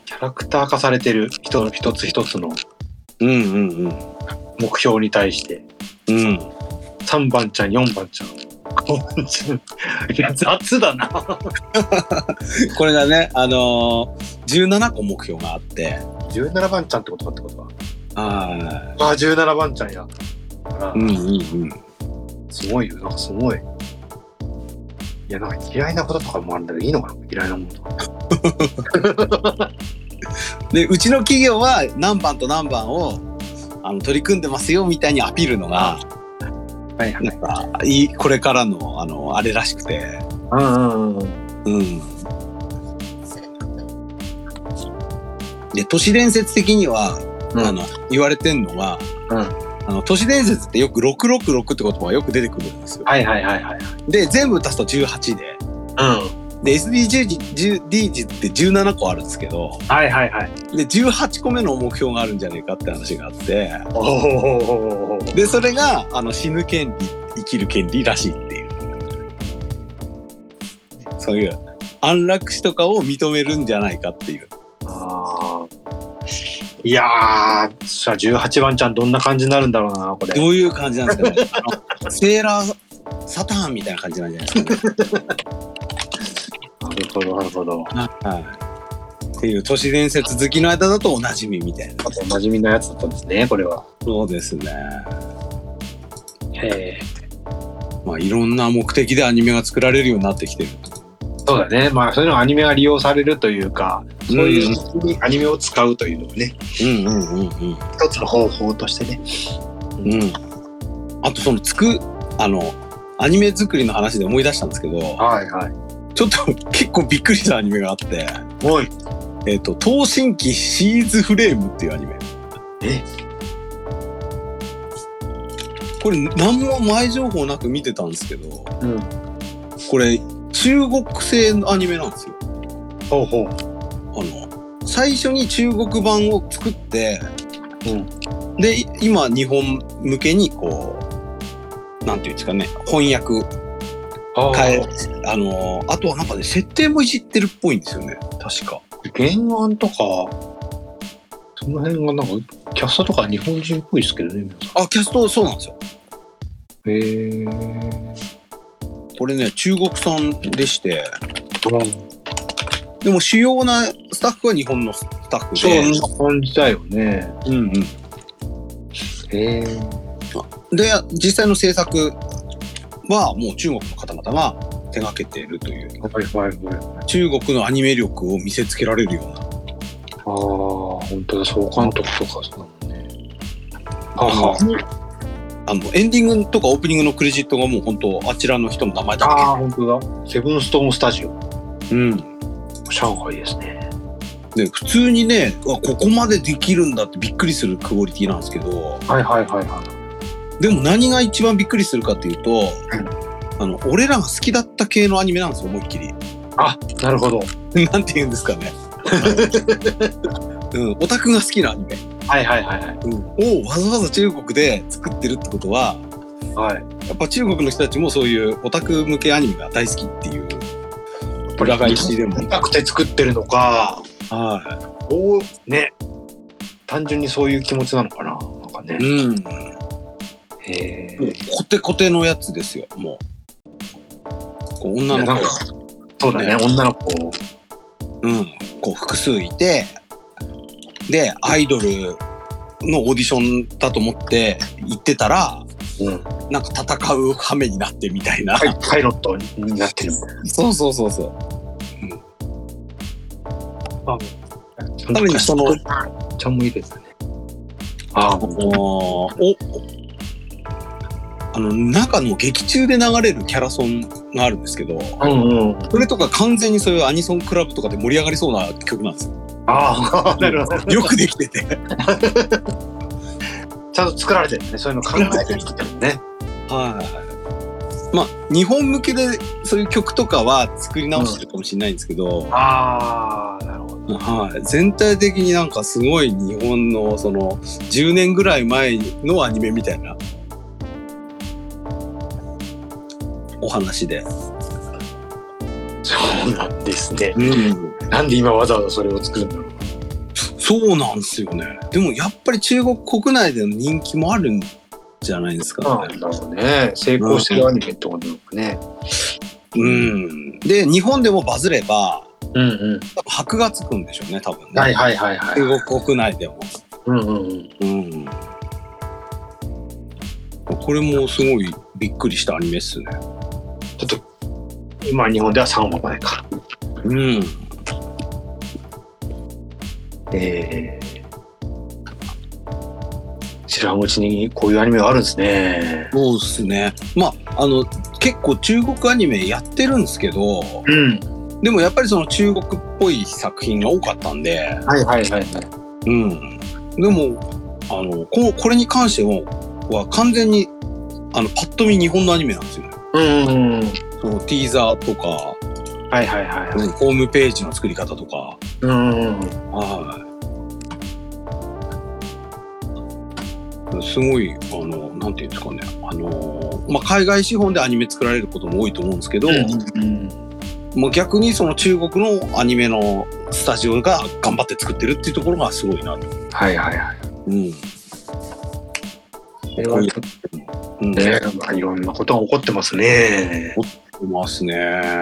キャラクター化されてる人の一つ一つのうんうんうん目標に対して、 うん、 さんばんちゃんよんばんちゃんごばんちゃんいや雑だなこれがね、あのー、じゅうななこ目標があってじゅうななばんちゃんってことかってことはああじゅうななばんちゃんやあうんうんうんすごいよなんかすごいいやなんか嫌いなこととかもあるんだけどいいのかな嫌いなものとかでうちの企業は何番と何番をあの取り組んでますよみたいにアピールのが、はいはい、なんかいこれからのあのあれらしくて、 うんうんうん、 うん、で都市伝説的には、うん、あの言われてんのが、うん、あの都市伝説ってよくろくろくろくって言葉がよく出てくるんですよ。 はいはいはいはい。 で全部足すとじゅうはちで、 うん。 で エスディージーズ ってじゅうななこあるんですけど、 はいはいはい。 でじゅうはちこめの目標があるんじゃねえかって話があって、 おでそれがあの死ぬ権利生きる権利らしいっていう、そういう安楽死とかを認めるんじゃないかっていう。 あいやーさあじゅうはちばんちゃんどんな感じになるんだろうなこれ。 どういう感じなんですかねあのセーラーサターンみたいな感じなんじゃないですかねなるほどなるほど。 はい。っていう都市伝説好きの間だとおなじみみたいな。 あとおなじみのやつだったんですねこれは。 そうですね。 へえ。 まあいろんな目的でアニメが作られるようになってきてる。 そうだね。まあそういうのアニメが利用されるというか、そういうアニメを使うというのがね。 うんうんうんうん。 一つの方法としてね。 うん。あとそのつくあのアニメ作りの話で思い出したんですけど。 はいはい。 ちょっと結構びっくりしたアニメがあって、 はい。 えっと、東進機シーズフレームっていうアニメ。 えこれ何も前情報なく見てたんですけど、 うん、 これ中国製のアニメなんですよ。 ほうほう。 あの、最初に中国版を作って、 うん、 で、今日本向けにこう、なんていうんですかね、翻訳、変えあのー、あとはなんかね設定もいじってるっぽいんですよね確か。 原案とかその辺がなんかキャストとか日本人っぽいですけどね皆さん。 あキャストそうなんですよ。 へえ。 これね中国産でして、うん、でも主要なスタッフは日本のスタッフで。 そんな感じだよね。 うんうん。 へえ。 で実際の制作はもう中国の方々が手掛けているという、 はいはいはい、 中国のアニメ力を見せつけられるような。ああ本当だ総監督とかそうだもんね。 あのあのエンディングとかオープニングのクレジットがもう本当あちらの人の名前だけ。 ああ本当だセブンストーンスタジオ。 うん上海ですね。 で普通にねここまでできるんだってびっくりするクオリティなんですけど。 はいはいはいはい。 でも何が一番びっくりするかっていうと、うん、あの俺らが好きだった系のアニメなんですよ思いっきり。 あ、なるほど。 なんて言うんですかね。 うん、オタクが好きなアニメ。 はいはいはいはい。 うん、をわざわざ中国で作ってるってことは、はい、やっぱ中国の人たちもそういうオタク向けアニメが大好きっていう裏返しでも。 オタクで作ってるのか。 はい。 おね。単純にそういう気持ちなのかな。なんかね。うん。 へえ。コテコテのやつですよ。もう。こう女の子。 そうだね。女の子。 うん。こう複数いて、でアイドルのオーディションだと思って行ってたら、うん、なんか戦う羽目になってみたいな、 はい、パイロットになってるみたいな。 そうそうそうそう。うん、あ、多分そのちゃんもいいですね。 ああ、おあの中の劇中で流れるキャラソンがあるんですけど、うんうん、それとか完全にそういうアニソンクラブとかで盛り上がりそうな曲なんですよ。 ああ、なるほど。 よくできててちゃんと作られてるね。そういうの考えてきてるね。 はい。まあ日本向けでそういう曲とかは作り直してるかもしれないんですけど、うん、 ああ、なるほど。 はい。全体的になんかすごい日本のそのじゅうねんぐらい前のアニメみたいなお話で。 そうなんですね。うん、なんで今わざわざそれを作るんだろう。 そうなんですよね。でもやっぱり中国国内での人気もあるんじゃないですかね。 なるほどね。成功してるアニメってことなのかね。 うん。で日本でもバズれば、 うんうん、 箔がつくんでしょうね多分ね。 はいはいはいはい。 中国国内でも。 うんうんうん。うん。 これもすごいびっくりしたアニメっすね。 ちょっと今日本ではさんわまでか。 うん。 えー、知らんうちにこういうアニメがあるんですね。 そうですね。まああの結構中国アニメやってるんですけど、 うん、 でもやっぱりその中国っぽい作品が多かったんで、 はいはいはいはい。 うん。でもあの こ, これに関してはは完全にあのパッと見日本のアニメなんですよね。 うん。 そのティーザーとか、 はいはいはい、はい、 ホームページの作り方とか、 うん、 はい。すごいあのなんていうんですかね、あのまあ海外資本でアニメ作られることも多いと思うんですけど、うんうん、まあ逆にその中国のアニメのスタジオが頑張って作ってるっていうところがすごいなと。 はいはいはい。うん。これはうんね、まあ、いろんなことが起こってますね。 起こってますね。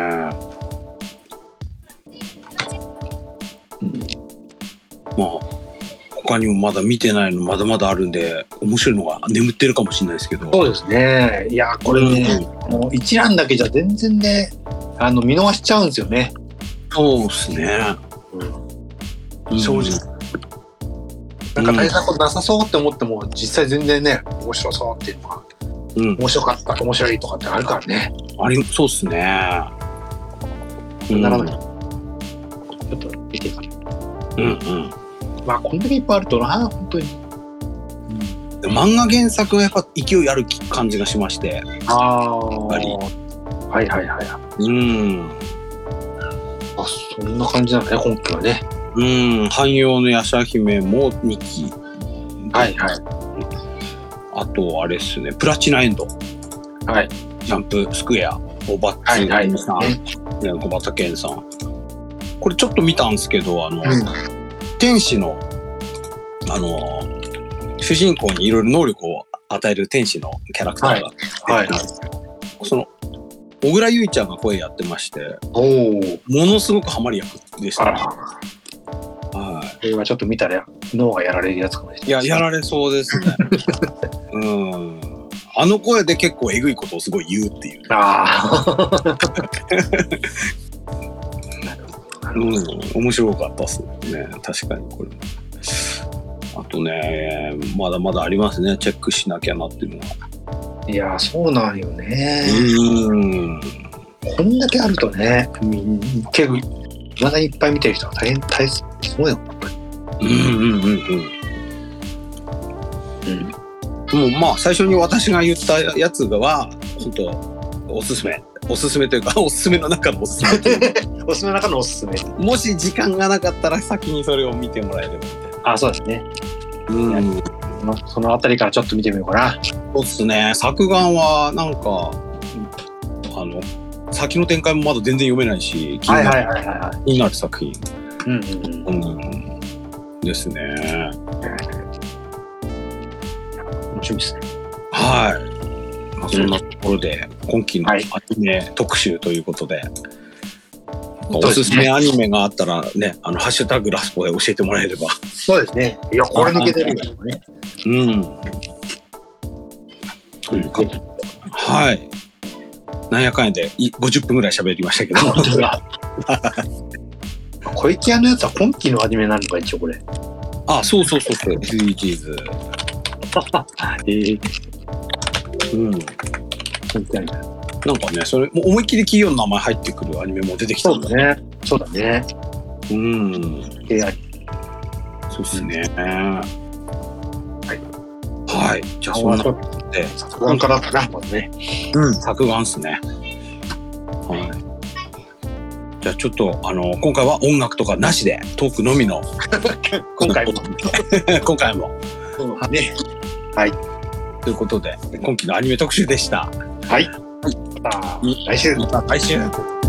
うん、まあ他にもまだ見てないのまだまだあるんで面白いのが眠ってるかもしれないですけど。 そうですね。いやこれね、うん、もう一覧だけじゃ全然ねあの見逃しちゃうんですよね。 そうですね。 うん、正直。なんか大したことなさそうって思っても、うん、実際全然ね面白そうっていうのが、うん、面白かった面白いとかってあるからね。 ありそうっすね。 うん、ならない。ちょっと見ていかない。 うんうん。 まあこんだけいっぱいあるとな本当に。 うん、漫画原作はやっぱ勢いある感じがしまして。 ああ。はいはいはい。 うん。 あそんな感じなのね今期はね。 うん、汎用の夜叉姫もにき。 はいはい。 あとあれっすね、プラチナエンド。 はい。 ジャンプスクエア、小畑健さん、はいはい、小畑健さん。これちょっと見たんですけど、あの、うん、天使のあの主人公にいろいろ能力を与える天使のキャラクターが、はいはい、その小倉優衣ちゃんが声やってまして、 おものすごくハマり役でしたね。 はい。これはちょっと見たら脳がやられるやつかもしれない。 いややられそうですね。うん。あの声で結構えぐいことをすごい言うっていう。ああ。うん、面白かったっすね。確かにこれ。あとね、まだまだありますね。チェックしなきゃなっていうのは。 いやそうなんよね。うん。こんだけあるとね、結構まだいっぱい見てる人が大変大変すごいよ。 うんうんうんうん。うん。もうまあ最初に私が言ったやつがは本当おすすめおすすめというかおすすめの中のおすすめというかおすすめの中のおすすめ。 もし時間がなかったら先にそれを見てもらえればみたいな。 あ、そうですね。 うん。 その、そのあたりからちょっと見てみようかな。 そうですね。作眼はなんかあの先の展開もまだ全然読めないし、気になる、はいはいはいはい、気になる作品。うんうんうん。うん、ですね。 楽しみですね。 はい。まあ、そんなところで、うん、今期のアニメ特集ということで、はい、おすすめアニメがあったらね、あのハッシュタグラスポで教えてもらえれば。 そうですね。いや、これ抜けてるよね。 うん。というか、はい。なんやかんやでごじゅっぷんぐらい喋りましたけど。 小池屋のやつは今期のアニメなのか、一応これ。 あ、そうそうそうそう。エスディージーズ。えー、うん。なんかね、それもう思いっきり企業の名前入ってくるアニメも出てきたんだね。そうだね。 うん。 エーアイ。 そうですね。はい。はい。じゃあそんなことで作眼からかな、まずね。 うん。作眼っすね。はい。じゃあちょっとあの今回は音楽とかなしでトークのみの今回も今回も。 はい。ね。はい。 ということで今期のアニメ特集でした。 はい。また来週。 また来週。